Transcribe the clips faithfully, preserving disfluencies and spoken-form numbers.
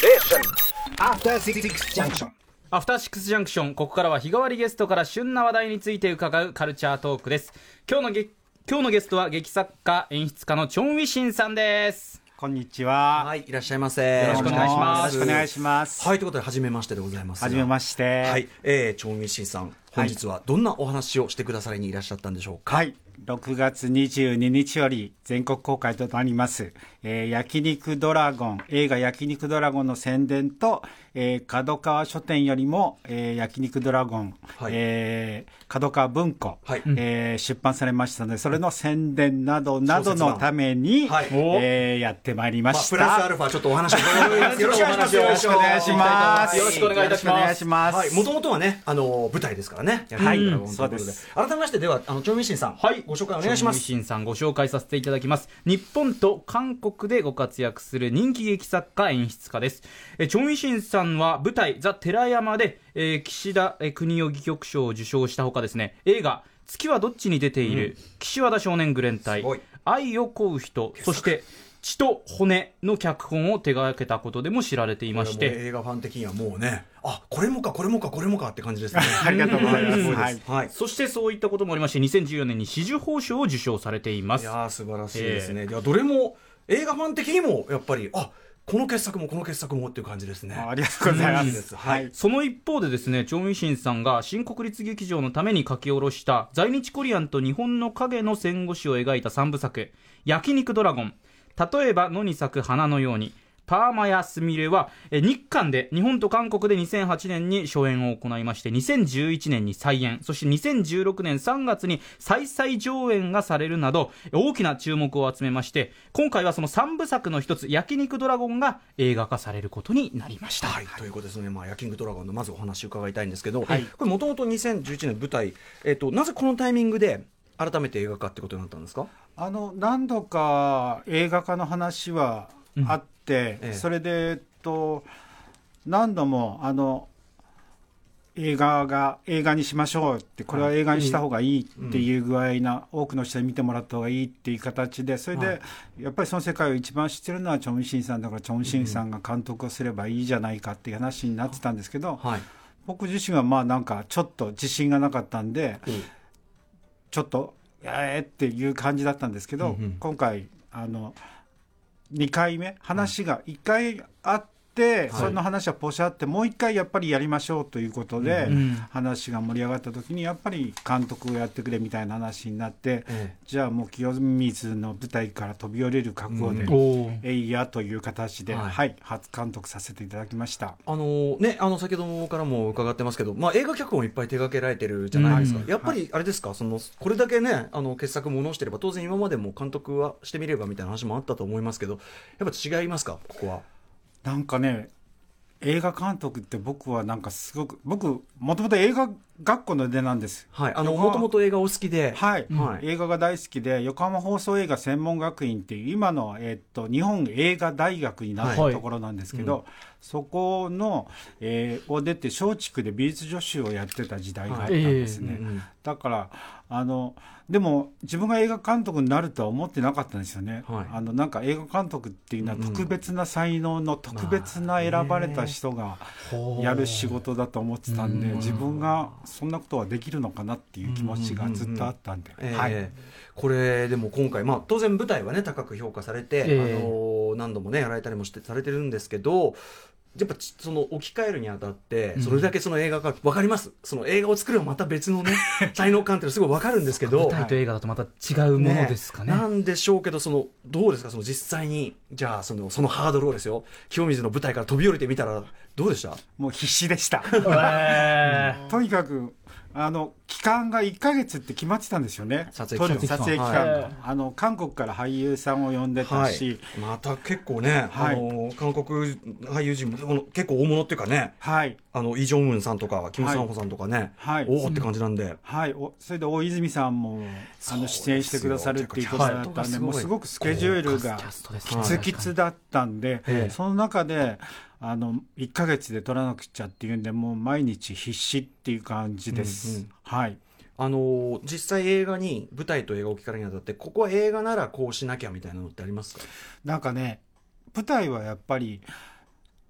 アフターシックスジャンクション。 アフターシックスジャンクション、ここからは日替わりゲストから旬な話題について伺うカルチャートークです。今日のゲ今日のゲストは劇作家演出家のチョン・ウィシンさんです。 こんにちは。 はい、いらっしゃいませ。 よろしくお願いします。 よろしくお願いします。 はい、ということで初めましてでございます。 初めまして。 はい、えー、チョン・ウィシンさん、本日はどんなお話をしてくださりにいらっしゃったんでしょうか。 はい、ろくがつにじゅうににちより全国公開となります、えー、焼肉ドラゴン、映画焼肉ドラゴンの宣伝と、えー、角川書店よりも、えー、焼肉ドラゴン、はい、えー、角川文庫、はい、えー、出版されましたので、それの宣伝などなどのために、はい、えー、やってまいりました。 まあ、プラスアルファちょっとお話を伺います。 よろしくお願いします。よろしくお願いします。 よろしくお願いいたします。 もともとはね、あの舞台ですからね。 はい、 そうです。改めましてでは、あのチョン・ウィシンさん、はい、ご紹介お願いします。 チョン・ウィシンさんご紹介させていただきます。日本と韓国でご活躍する人気劇作家演出家です。えチョン・ウィシンさんは舞台ザ・寺山で、えー、岸田邦夫戯曲賞を受賞したほかですね、映画月はどっちに出ている、うん、岸和田少年グレン隊、愛を乞う人、そして血と骨の脚本を手掛けたことでも知られていまして、 映画ファン的にはもうね、あ、これもかこれもかこれもかって感じですね。 ありがとうございます。 はいはい、そしてそういったこともありまして、にせんじゅうよねんに紫綬褒章を受賞されています。 いや素晴らしいですね。えー、いやどれも映画ファン的にもやっぱり、あ、この傑作もこの傑作もっていう感じですね。 あ, ありがとうございます、 はい、その一方でですね、チョン・ウィシンさんが新国立劇場のために書き下ろした在日コリアンと日本の影の戦後史を描いたさんぶさく、焼肉ドラゴン、例えば野に咲く花のように、パーマやスミレはえ日韓で、日本と韓国でにせんはちねんに初演を行いまして、にせんじゅういちねんに再演、そしてにせんじゅうろくねんさんがつに再々上演がされるなど大きな注目を集めまして、今回はそのさんぶさくの一つ、焼肉ドラゴンが映画化されることになりました。 はい、ということですね。まあ、焼肉ドラゴンのまずお話を伺いたいんですけど、はい、これもともとにせんじゅういちねん舞台、えーと、なぜこのタイミングで改めて映画化ってことになったんですか？ あの何度か映画化の話はあって、うん、ええ、それで、えっと、何度もあの映画が映画にしましょうって、これは映画にした方がいいっていう具合な、うん、多くの人に見てもらった方がいいっていう形で、それで、はい、やっぱりその世界を一番知ってるのはチョン・ウィシンさんだから、チョン・ウィシンさんが監督をすればいいじゃないかっていう話になってたんですけど、はい、僕自身はまあなんかちょっと自信がなかったんで、うん、ちょっとえーっていう感じだったんですけど、うんうん、今回あのにかいめ話がいっかいあって、はい、その話はポシャってもういっかいやっぱりやりましょうということで、うん、話が盛り上がった時にやっぱり監督をやってくれみたいな話になって、うん、じゃあもう清水の舞台から飛び降りる覚悟で、うん、えいやという形で、はいはい、初監督させていただきました。 あの、ね、あの先ほどからも伺ってますけど、まあ、映画脚本をいっぱい手掛けられてるじゃないですか、うん、やっぱりあれですか、そのこれだけね、あの傑作ものしてれば当然今までも監督はしてみればみたいな話もあったと思いますけど、やっぱ違いますか、ここは。 なんかね、映画監督って僕はなんかすごく、僕もともと映画学校の出なんです。 はい、あのもともと映画お好きで、 はい、はい、映画が大好きで、横浜放送映画専門学院っていう今の、えー、っと日本映画大学になったところなんですけど、はい、うん、そこの、えー、を出て松竹で美術助手をやってた時代があったんですね、はい、えーうん、だからあのでも自分が映画監督になるとは思ってなかったんですよね、はい、あのなんか映画監督っていうのは特別な才能の特別な選ばれた人がやる仕事だと思ってたんで、自分がそんなことはできるのかなっていう気持ちがずっとあったんで、はい、えー、これでも今回、まあ、当然舞台はね高く評価されて、えー、あの何度もねやられたりもしてされてるんですけど、やっぱその置き換えるにあたってそれだけその映画が分かります、うん、その映画を作るのはまた別のね才能感っていうのはすごい分かるんですけど、 舞台と映画だとまた違うものですかね、 ね、なんでしょうけど、そのどうですか、その実際にじゃあそのそのハードルをですよ、清水の舞台から飛び降りてみたらどうでした？ もう必死でした、うん、とにかくあの期間がいっかげつって決まってたんですよね、 撮影期間、 撮影期間が、はい、あの韓国から俳優さんを呼んでたし、 はい、また結構ね、はい、あの韓国俳優陣も結構大物っていうかね、はい、あのイ・ジョンウンさんとかキム・サンホさんとかね、はい、おおって感じなんで、 はい、おそれで大泉さんもあの出演してくださるっていうことだったんで、もうすごくスケジュールがきつきつだったんで、はい、その中であのいっかげつで撮らなくちゃっていうんで、もう毎日必死っていう感じです、うんうん、はい、 あの実際映画に舞台と映画を置き換えるにあたって、ここは映画ならこうしなきゃみたいなのってありますか？ なんかね、舞台はやっぱり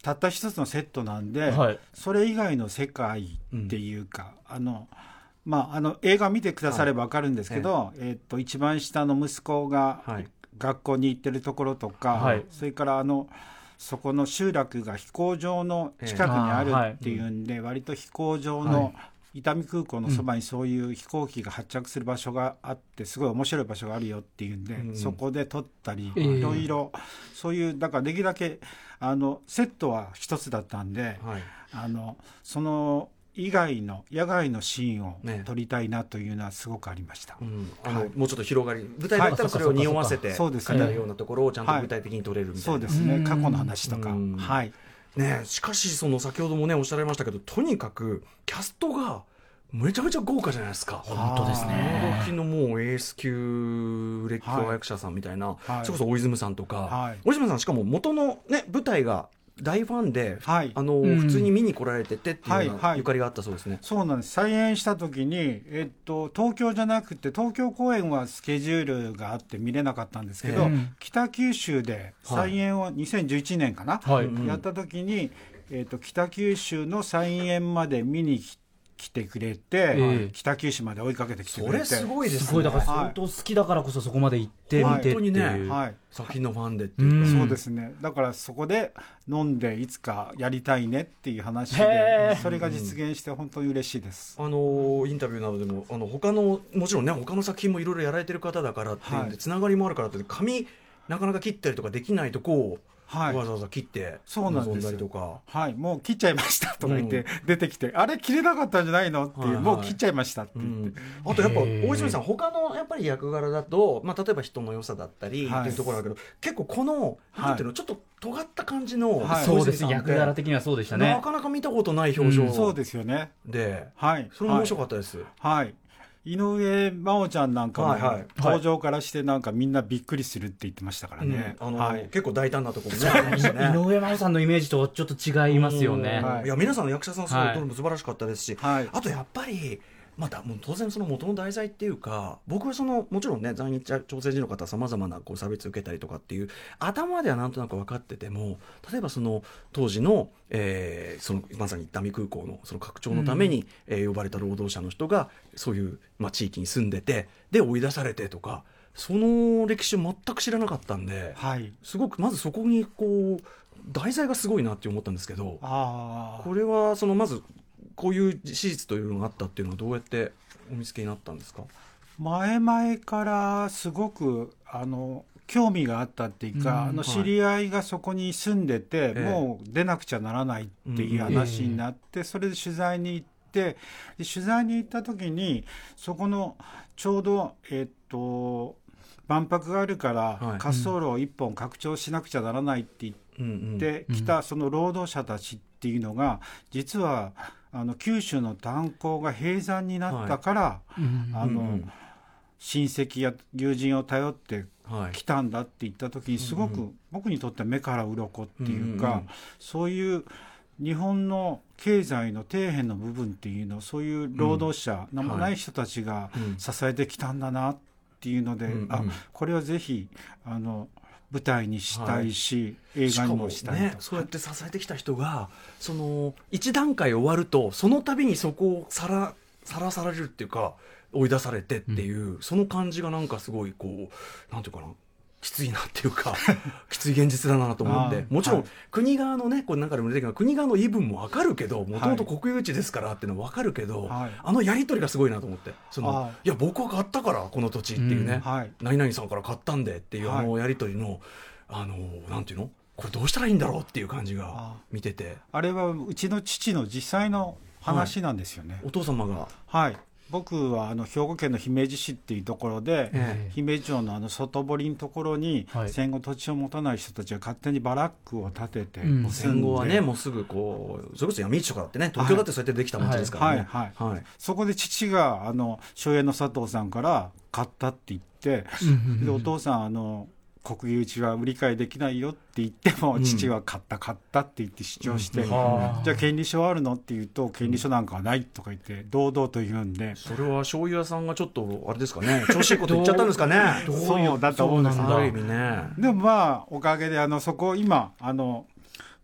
たった一つのセットなんで、はい、それ以外の世界っていうか、うん、あのまあ、あの映画見てくだされば分かるんですけど、はい、えー、っと一番下の息子が学校に行ってるところとか、はい、それからあのそこの集落が飛行場の近くにあるっていうんで、えー、割と飛行場の伊丹空港のそばにそういう飛行機が発着する場所があってすごい面白い場所があるよっていうんで、うん、そこで撮ったり、えー、いろいろそういうだからできるだけあのセットは一つだったんで、はい、あのその以外の野外のシーンを撮りたいなというのはすごくありました、ね、うん、あの、 はい、もうちょっと広がり舞台だったらそれを匂わせて語るようなところをちゃんと具体的に撮れるみたいな、 そうですね、過去の話とか、はいね、しかしその先ほどもねおっしゃられましたけど、とにかくキャストがめちゃめちゃ豪華じゃないですか。 本当ですね。 時のもうエース級売れっ子役者さんみたいな、はい、それこそ大泉さんとか、はい、大泉さんしかも元のね舞台が大ファンで、はい、あの、うん、普通に見に来られててっていうようなゆかりがあったそうですね。 そうなんです。再演した時に、えっと、東京じゃなくて東京公演はスケジュールがあって見れなかったんですけど、北九州で再演をにせんじゅういちねんかな、はい、やった時に、えっと、北九州の再演まで見に来て来てくれて、えー、北九州まで追いかけてきてくれて、 それすごいですね。 すごい、だから相当好きだからこそそこまで行ってみてっていう、 本当にね、はい、作品のファンでっていうか、 そうですね。だからそこで飲んでいつかやりたいねっていう話で、それが実現して本当に嬉しいです。 あのインタビューなどでもあの他のもちろんね他の作品もいろいろやられてる方だからっていうんで、はい、つながりもあるからって髪なかなか切ったりとかできないとこう。はい、わざわざ切って臨んだりとか、 はい、もう切っちゃいましたとか言って出てきて、うん、あれ切れなかったんじゃないのっていう、はいはい、もう切っちゃいましたって言って、 うん、あとやっぱ大泉さん他のやっぱり役柄だと、まあ、例えば人の良さだったりっていうところだけど、はい、結構このなんていうの、はい、ちょっと尖った感じの、 はい、そうです役柄的にはそうでしたね。 なかなか見たことない表情、うん、 そうですよね。 で、 はい、 それも面白かったです。 はい、はい井上真央ちゃんなんかも、はいはい、登場からしてなんかみんなびっくりするって言ってましたからね、 うんあのはい、結構大胆なところもね井上真央さんのイメージとちょっと違いますよね、 はい、いや皆さんの役者さんすごいどれも素晴らしかったですし、はい、あとやっぱりまたもう当然その元の題材っていうか僕はそのもちろんね在日朝鮮人の方さまざまなこう差別を受けたりとかっていう頭ではなんとなく分かってても例えばその当時の、えー、そのまさに伊丹空港のその拡張のために、うんえー、呼ばれた労働者の人がそういう、まあ、地域に住んでてで追い出されてとかその歴史を全く知らなかったんで、はい、すごくまずそこにこう題材がすごいなって思ったんですけどあこれはそのまずこういう史実というのがあったっていうのはどうやってお見つけになったんですか？ 前々からすごくあの興味があったっていうか、うん、あの知り合いがそこに住んでて、はい、もう出なくちゃならないっていう話になって、うん、それで取材に行ってで取材に行った時にそこのちょうどえっと万博があるから滑走路を一本拡張しなくちゃならないって言ってきたその労働者たちっていうのが実はあの九州の炭鉱が閉山になったから、はいあのうんうん、親戚や友人を頼って来たんだって言った時にすごく僕にとっては目から鱗っていうか、うんうん、そういう日本の経済の底辺の部分っていうのをそういう労働者、うん、名もない人たちが支えてきたんだなっていうので、うんうん、あこれはぜひあの舞台にしたいし、はい、映画にもしたいと、ね、 そうやって支えてきた人がその一段階終わるとその度にそこをさらさらされるっていうか追い出されてっていう、うん、その感じがなんかすごいこうなんていうかなきついなっていうかきつい現実だなと思ってもちろん、はい、国側のねこれなんかでも出てくる国側の言い分も分かるけどもともと国有地ですからっていうのは分かるけど、はい、あのやり取りがすごいなと思ってそのいや僕は買ったからこの土地っていうね、うんはい、何々さんから買ったんでっていうあのやり取りの、あのなんていうのこれどうしたらいいんだろうっていう感じが見ててあ, あれはうちの父の実際の話なんですよね、 はい、お父様がはい僕はあの兵庫県の姫路市っていうところで、えー、姫路城のあの外堀のところに、はい、戦後土地を持たない人たちが勝手にバラックを建てて、うん、 もう戦後はねもうすぐこうそれこそ闇市とかだってね東京だってそうやってできた街ですからね、はいはいはいはい、 そこで父があの荘園の佐藤さんから買ったって言って、でお父さんあの国有地は売り買いできないよって言っても、うん、父は買った買ったって言って主張して、うん、じゃあ権利書はあるのって言うと権利書なんかはないとか言って堂々と言うんで、 それは醤油屋さんがちょっとあれですかね調子いいこと言っちゃったんですかねそうだと思うんですある意味ね。 でもまあおかげであのそこ今あの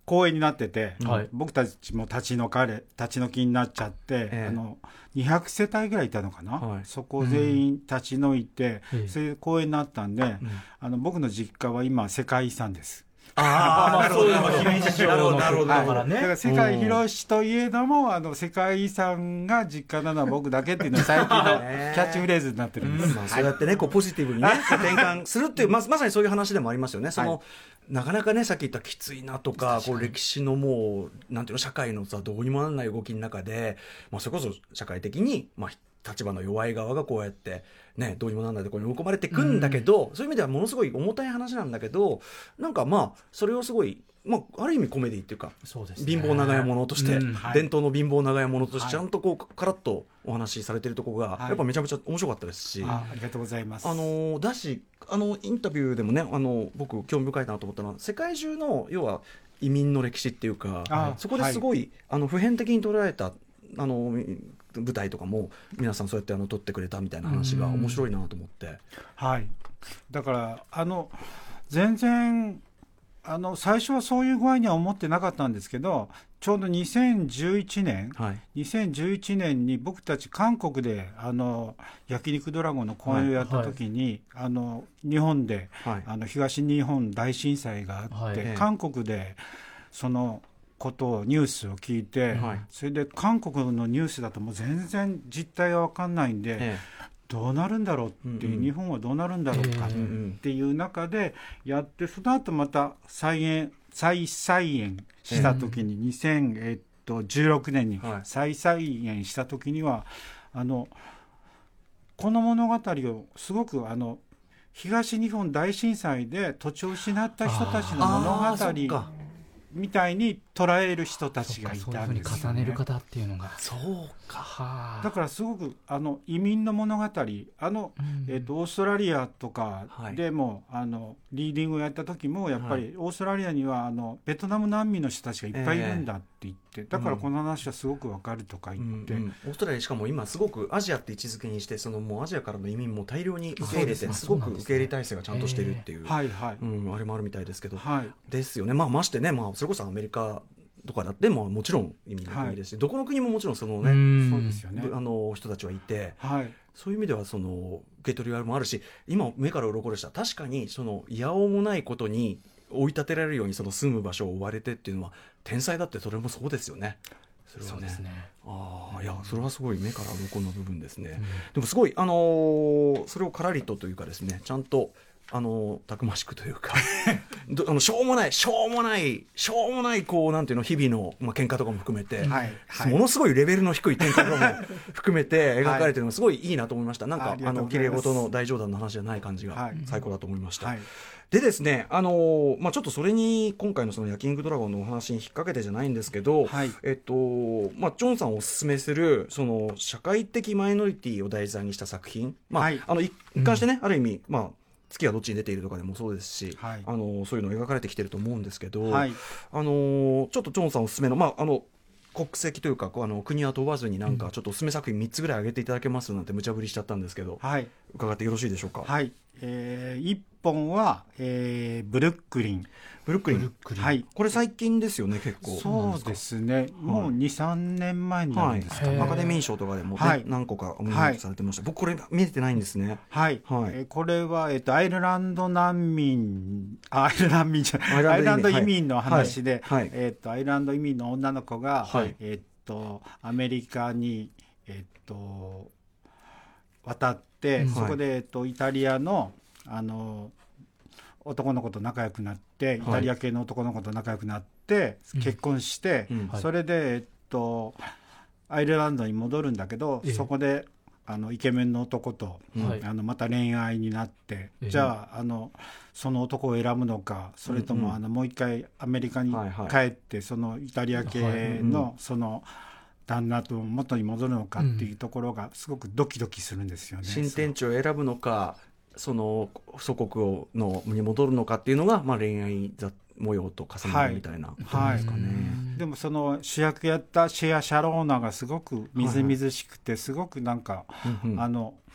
公園になってて、 はい、 僕たちも立ち退かれ立ち退きになっちゃって、ええ、あのにひゃくせたいぐらいいたのかな、はい、そこ全員立ち退いて、うん、そういう公園になったんで、うん、あの僕の実家は今世界遺産です。 ああ、そういうの姫路城のだからね。 だから世界広しといえども、あの世界遺産が実家なのは僕だけっていうのが最近のキャッチフレーズになってるんです。 うんまあ、そうやってね、こうポジティブにね転換するっていうま、まさにそういう話でもありますよね。その、はい、なかなかね、さっき言ったきついなとか、こう歴史のもうなんていうの社会のさどうにもならない動きの中で、まあ、それこそ社会的にまあ立場の弱い側がこうやってね、どうにもならないところに追い込まれていくんだけど、うん、そういう意味ではものすごい重たい話なんだけど、なんかまあそれをすごい、まあ、ある意味コメディっていうか、そうですね、貧乏長屋ものとして、うんはい、伝統の貧乏長屋ものとしてちゃんとこうカラッとお話しされてるところが、はい、やっぱめちゃめちゃ面白かったですし、 あ、ありがとうございます。 あのだしあのインタビューでもね、あの僕興味深いなと思ったのは、世界中の要は移民の歴史っていうか、そこですごい、はい、あの普遍的に捉えたあの舞台とかも皆さんそうやってあの撮ってくれたみたいな話が面白いなと思って、 はい、だからあの全然あの最初はそういう具合には思ってなかったんですけど、ちょうどにせんじゅういちねん、はい、にせんじゅういちねんに僕たち韓国であの焼肉ドラゴンの公演をやった時に、はいはい、あの日本で、はい、あの東日本大震災があって、はい、韓国でそのことをニュースを聞いて、はい、それで韓国のニュースだともう全然実態が分かんないんで、ええ、どうなるんだろうっていう、うんうん、日本はどうなるんだろうかっていう中でやって、その後また再演再再演した時に、ええ、にせんじゅうろくねんに再再演した時には、はい、あのこの物語をすごくあの東日本大震災で土地を失った人たちの物語みたいに捉える人たちがいたんですよね。そういうふうに重ねる方っていうのが、 そうか、 だからすごくあの移民の物語、あの、うんえー、とオーストラリアとかでも、はい、あのリーディングをやった時もやっぱり、はい、オーストラリアにはあのベトナム難民の人たちがいっぱいいるんだって言って、えー、だからこの話はすごくわかるとか言って、うんうん、 オーストラリアしかも今すごくアジアって位置づけにして、そのもうアジアからの移民も大量に受け入れて、すごく受け入れ体制がちゃんとしてるっていう、はいはいうん、あれもあるみたいですけど、はい、ですよね。まあ、ましてね、まあ、それこそアメリカとかだってももちろん移民の国ですし、はい、どこの国ももちろんそのね、そうですよね、あの人たちはいて、はい、そういう意味ではその受け取りもあるし、今目から鱗でした。確かにそのいやおうもないことに追い立てられるようにその住む場所を追われてっていうのは天才だって、それもそうですよね。それはね、そうですね。ああ、いや、それはすごい目から鱗の部分ですね、うん、でもすごい、あのー、それをからりとというかですね、ちゃんとあのたくましくというかあのしょうもないしょうもないしょうもないこうなんていうの日々の、まあ、喧嘩とかも含めて、はいはい、ものすごいレベルの低い喧嘩とかも含めて描かれてるのがすごいいいなと思いました。なんかあの綺麗事の大冗談の話じゃない感じが最高だと思いました、はいはい、でですね、あのーまあ、ちょっとそれに今回のその焼肉ドラゴンのお話に引っ掛けてじゃないんですけど、はい、えっとまあ、ジョンさんおすすめするその社会的マイノリティを題材にした作品、まあはい、あの一貫してね、うん、ある意味、まあ月がどっちに出ているとかでもそうですし、はい、あのそういうの描かれてきてると思うんですけど、はい、あのちょっとジョンさんおすすめの、まあ、あの国籍というかあの国は問わずになんかちょっとおすすめ作品みっつぐらい挙げていただけますなんて無茶ぶりしちゃったんですけど、はい、伺ってよろしいでしょうか。 はい、えー、いっぽんは、えー、ブルックリンブルックリン、ブルックリン、はい、これ最近ですよね。結構そうですね、もう にさんねんまえになるんですか、 はい、アカデミー賞とかでも、ねはい、何個かお見事されてました、はい、僕これ見れてないんですね。 はい、はい、えー、これは、えー、とアイルランド難民アイルランド難民じゃないアイルランド移民の話で、はいはい、えー、とアイルランド移民の女の子が、はい、えー、とアメリカに、えー、と渡って、うん、そこで、えー、とイタリアのあの男の子と仲良くなって、イタリア系の男の子と仲良くなって、はい、結婚して、うんうん、それで、えっと、アイルランドに戻るんだけど、えー、そこであのイケメンの男と、はい、あのまた恋愛になって、えー、じゃあ、あのその男を選ぶのか、それとも、うんうん、あのもう一回アメリカに帰って、はいはい、そのイタリア系の、はい、その旦那と元に戻るのかっていうところがすごくドキドキするんですよね。 新天地を選ぶのか、その祖国をのに戻るのかっていうのが、まあ、恋愛模様と重なるみたいなことですかね、はいはい、 でもその主役やったシェア・シャローナがすごくみずみずしくて、はいはい、すごくなんか、うんうん、あの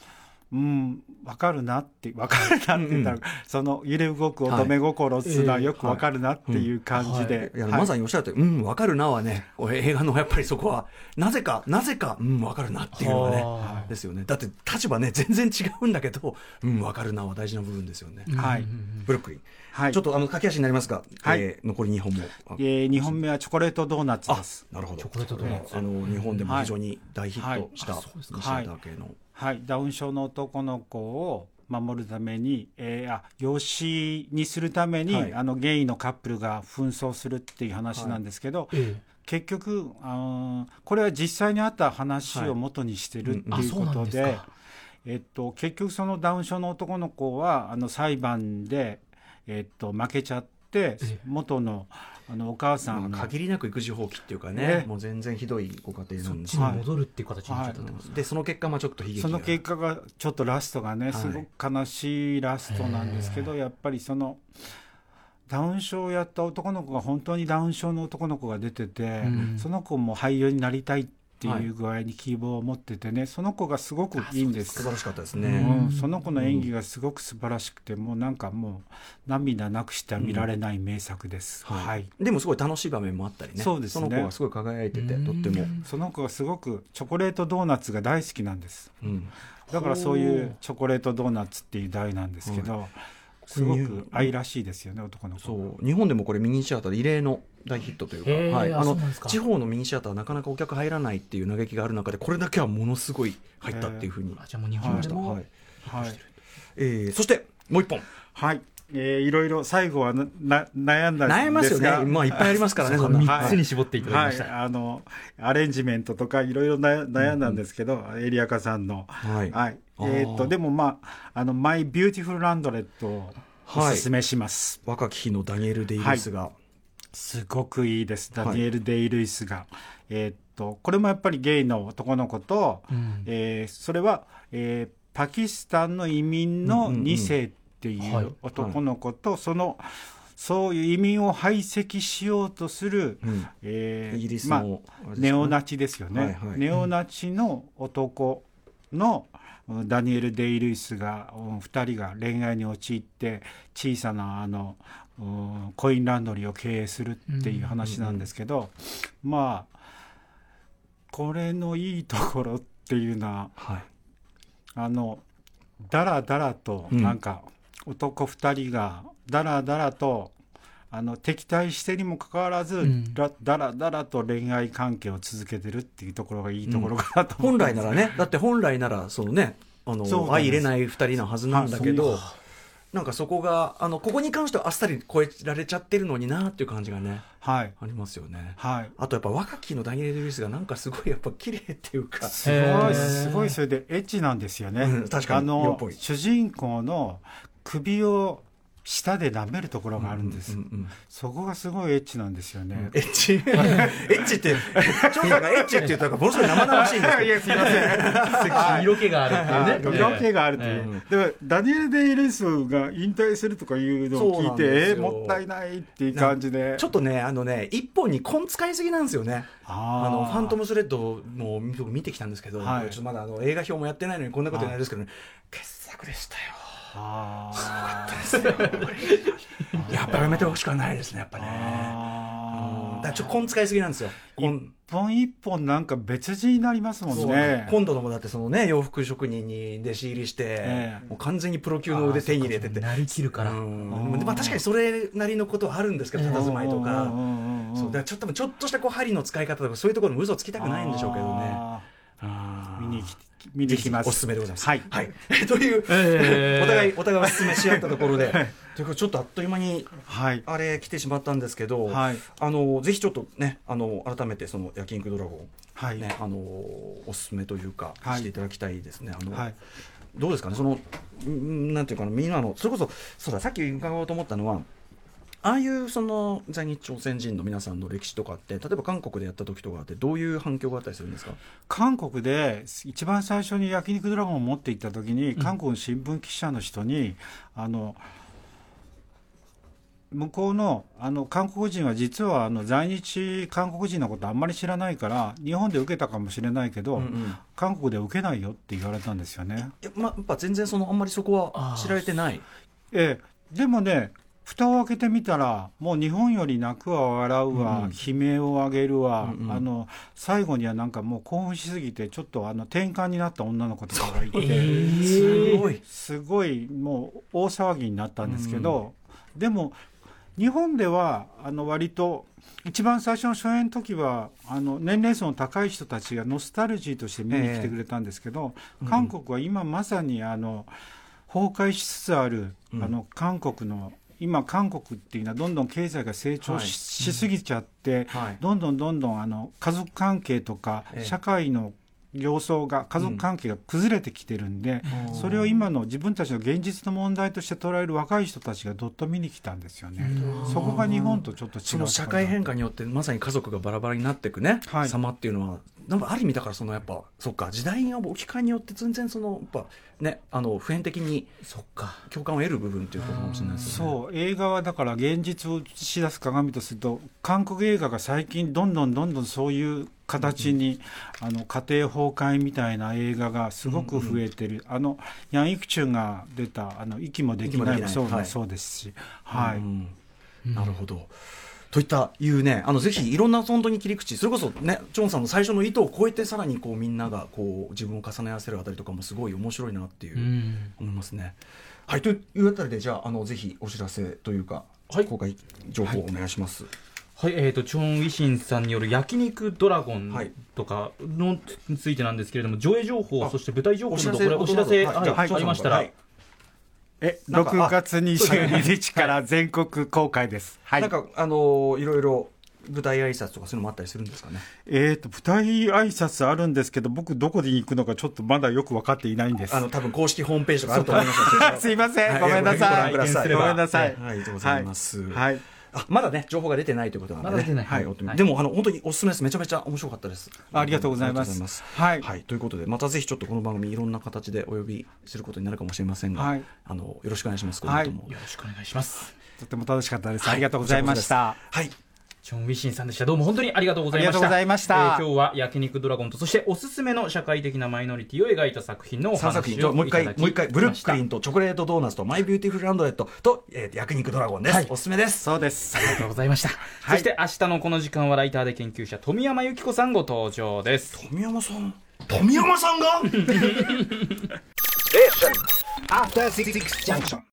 うん分かるなって分かるなって言ったら、うん、その揺れ動く乙女心っていうのはよく分かるなっていう感じで、 まさにおっしゃるとおり、うん分かるなはね映画のやっぱりそこはなぜかなぜかうん分かるなっていうのはね、はい、ですよね。だって立場ね全然違うんだけどうん分かるなは大事な部分ですよね。 はい、 ブルックリン、はい、ちょっとあの駆け足になりますが、はい、えー、残りにほんも、 えー、にほんめはチョコレートドーナツです。 なるほど。 チョコレートドーナツ、 あの日本でも非常に大ヒットした西畑系の、 はい、ダウン症の男の子を守るために、えー、あ養子にするために、はい、あのゲイのカップルが紛争するっていう話なんですけど、はい、結局あこれは実際にあった話を元にしてるっていうことで、はい、えっと、結局そのダウン症の男の子はあの裁判で、えっと、負けちゃって元のあのお母さんが限りなく育児放棄っていうかね、もう全然ひどいご家庭なんです。 そっちに戻るっていう形になっちゃったってことですね。 でその結果、まあちょっと悲劇がその結果がちょっとラストがね、はい、すごく悲しいラストなんですけど、やっぱりそのダウン症をやった男の子が本当にダウン症の男の子が出てて、うん、その子も俳優になりたいっていう具合に希望を持っててね、はい、その子がすごくいいんです。 素晴らしかったですね、 うん、その子の演技がすごく素晴らしくて、もうなんかもう涙なくしては見られない名作です、うんはいはい、 でもすごい楽しい場面もあったりね。 そうですね、 その子がすごい輝いてて、とってもその子がすごくチョコレートドーナツが大好きなんです、うん、だからそういうチョコレートドーナツっていう題なんですけど、うん、すごく愛らしいですよね、男の子。 そう日本でもこれミニシアターで異例の大ヒットというか、はい、あの地方のミニシアターはなかなかお客入らないっていう嘆きがある中で、これだけはものすごい入ったっていうふうにじゃあもう日本でも、 はいはい、えー、そしてもう一本、 はい、えー、いろいろ最後はなな悩んだんですが、 悩みますよね、まあ、いっぱいありますからねそみっつに絞っていただきました、 はいはい、あのアレンジメントとかいろいろ悩んだんですけど、うん、エリアカさんの、はいはい、えー、とでもまああのマイビューティフルランドレットをおすすめします、 はい、若き日のダニエル・デイ・ルイスが、はい、 すごくいいです。ダニエル・デイ・ルイスが、はい、えー、っとこれもやっぱりゲイの男の子と、うん、えー、それは、えー、パキスタンの移民のにせいっていう男の子と、そのそういう移民を排斥しようとする、うん、えー、イギリスの、まあ、ネオナチですよね、はいはい、ネオナチの男の、うん、ダニエル・デイ・ルイスがふたりが恋愛に陥って小さなあのコインランドリーを経営するっていう話なんですけど、うんうんうん、まあこれのいいところっていうのは、はい、あのだらだらとなんか男ふたりがだらだらとあの敵対してにもかかわらず、うん、だらだらと恋愛関係を続けてるっていうところがいいところかなと思うん、本来ならね、だって本来ならそのね、あの相入れないふたりのはずなんだけど、なんかそこがあのここに関してはあっさり超えられちゃってるのになっていう感じがね、はい、ありますよね、はい、あとやっぱ若きのダニエル・デイ・ルイスがなんかすごいやっぱ綺麗っていうか、 すごいすごいそれでエッチなんですよね、うん、確かにあの主人公の首を舌で舐めるところがあるんです、うんうんうん、そこがすごいエッチなんですよね、 うん、エッチエッチって長さんがエッチって言ったらものすごい生々しいんですけどいやすいません色気があるっていうね、 色気があるという、うん、でもダニエル・デイ・ルイスが引退するとかいうのを聞いてえー、もったいないっていう感じでちょっとねあのね一本に根使いすぎなんですよね。ああのファントムスレッドも見てきたんですけど、はい、ちょっとまだあの映画表もやってないのにこんなこと言えないですけどね、傑作でしたよ。あやっぱやめてほしくはないですね、やっぱね。あだからちょっと根使いすぎなんですよ。 一本一本なんか別人になりますもんね。 今度のもだってそのね洋服職人に弟子入りして、えー、もう完全にプロ級の腕手に入れててなりきるから、 うんまあ、確かにそれなりのことはあるんですけど、佇まいとか、そうだからちょっとちょっとしたこう針の使い方とかそういうところに嘘つきたくないんでしょうけどね。あ見に来て見に来ます。 おすすめでございます。はい。はい、という、えー、お互いお互いおすすめし合ったところで、というかちょっとあっという間に、はい、あれ来てしまったんですけど、はい、あのぜひちょっとねあの改めてその焼肉ドラゴン、はいね、あのおすすめというか、はい、していただきたいですね。あの、はい、どうですかねそのなんていうかなみんなのそれこそそうださっき伺おうと思ったのは。ああいうその在日朝鮮人の皆さんの歴史とかって例えば韓国でやった時とかってどういう反響があったりするんですか？ 韓国で一番最初に焼肉ドラゴンを持っていった時に、うん、韓国の新聞記者の人にあの向こう の, あの韓国人は実はあの在日韓国人のことあんまり知らないから日本で受けたかもしれないけど、うんうん、韓国で受けないよって言われたんですよね。 いや、ま、やっぱ全然そのあんまりそこは知られてない。 ええ、でもね蓋を開けてみたらもう日本より泣くは笑うわ、うん、悲鳴を上げるわ、うんうん、あの最後にはなんかもう興奮しすぎてちょっとあの転換になった女の子とかがいて、えー、すごいすごいもう大騒ぎになったんですけど、うん、でも日本ではあの割と一番最初の初演の時はあの年齢層の高い人たちがノスタルジーとして見に来てくれたんですけど、えー、韓国は今まさにあの崩壊しつつある、うん、あの韓国の今韓国っていうのはどんどん経済が成長 し,、はい、しすぎちゃって、うんはい、どんどんどんどんあの家族関係とか、えー、社会の様相が家族関係が崩れてきてるんで、うん、それを今の自分たちの現実の問題として捉える若い人たちがどっと見に来たんですよね。そこが日本とちょっと違う。 その社会変化によってまさに家族がバラバラになっていくね、はい、様っていうのはなんかある意味だからそのやっぱそっか時代の置き換えによって全然そのやっぱねあの普遍的にそっか共感を得る部分っていうことかもしれないですよね。 そう映画はだから現実を映し出す鏡とすると韓国映画が最近どんどんどんどんそういう形に、うん、あの家庭崩壊みたいな映画がすごく増えてる、うんうん、あのヤン・イクチュンが出たあの息もできないもそう、はい、そうですし、はい、 うんうん、なるほどといったいうねあのぜひいろんな本当に切り口それこそねチョンさんの最初の意図を超えてさらにこうみんながこう自分を重ね合わせるあたりとかもすごい面白いなっていう、うん、思いますね。はいというあたりでじゃあ、あのぜひお知らせというか、はい、公開情報をお願いします。 はいはいえー、とチョン・ウィシンさんによる焼肉ドラゴンとかのについてなんですけれども、上映情報そして舞台情報などこれお知らせ、はいはい、ありましたら、はい、 えろくがつにじゅうににちから全国公開です。 はい、なんかあのー、いろいろ舞台挨拶とかそういうのもあったりするんですかね。 えーと舞台挨拶あるんですけど僕どこで行くのかちょっとまだよく分かっていないんです。 あの多分公式ホームページとかあると思いますのですいません、はい、ごめんなさいごめんなさい、 はい、ありがとうございます、はいはいあまだね情報が出てないということなので、ね、まだ出てない、はいはい、でもあの本当におすすめです。めちゃめちゃ面白かったです。 ありがとうございます。 はい、はい、ということでまたぜひちょっとこの番組いろんな形でお呼びすることになるかもしれませんが、はい、あのよろしくお願いします。 はい、よろしくお願いします。 とても楽しかったです。はい、ありがとうございました。 はい。チョン・ウィシンさんでした。どうも本当にありがとうございました。 ありがとうございました。 えー、今日は焼肉ドラゴンとそしておすすめの社会的なマイノリティを描いた作品のお話をいただきました。 もう一回もう一回ブルックリンとチョコレートドーナツとマイビューティフルランドレットと、えー、焼肉ドラゴンです、はい、おすすめです。 そうです。 ありがとうございました、はい、そして明日のこの時間はライターで研究者富山由紀子さんご登場です。 富山さん富山さんが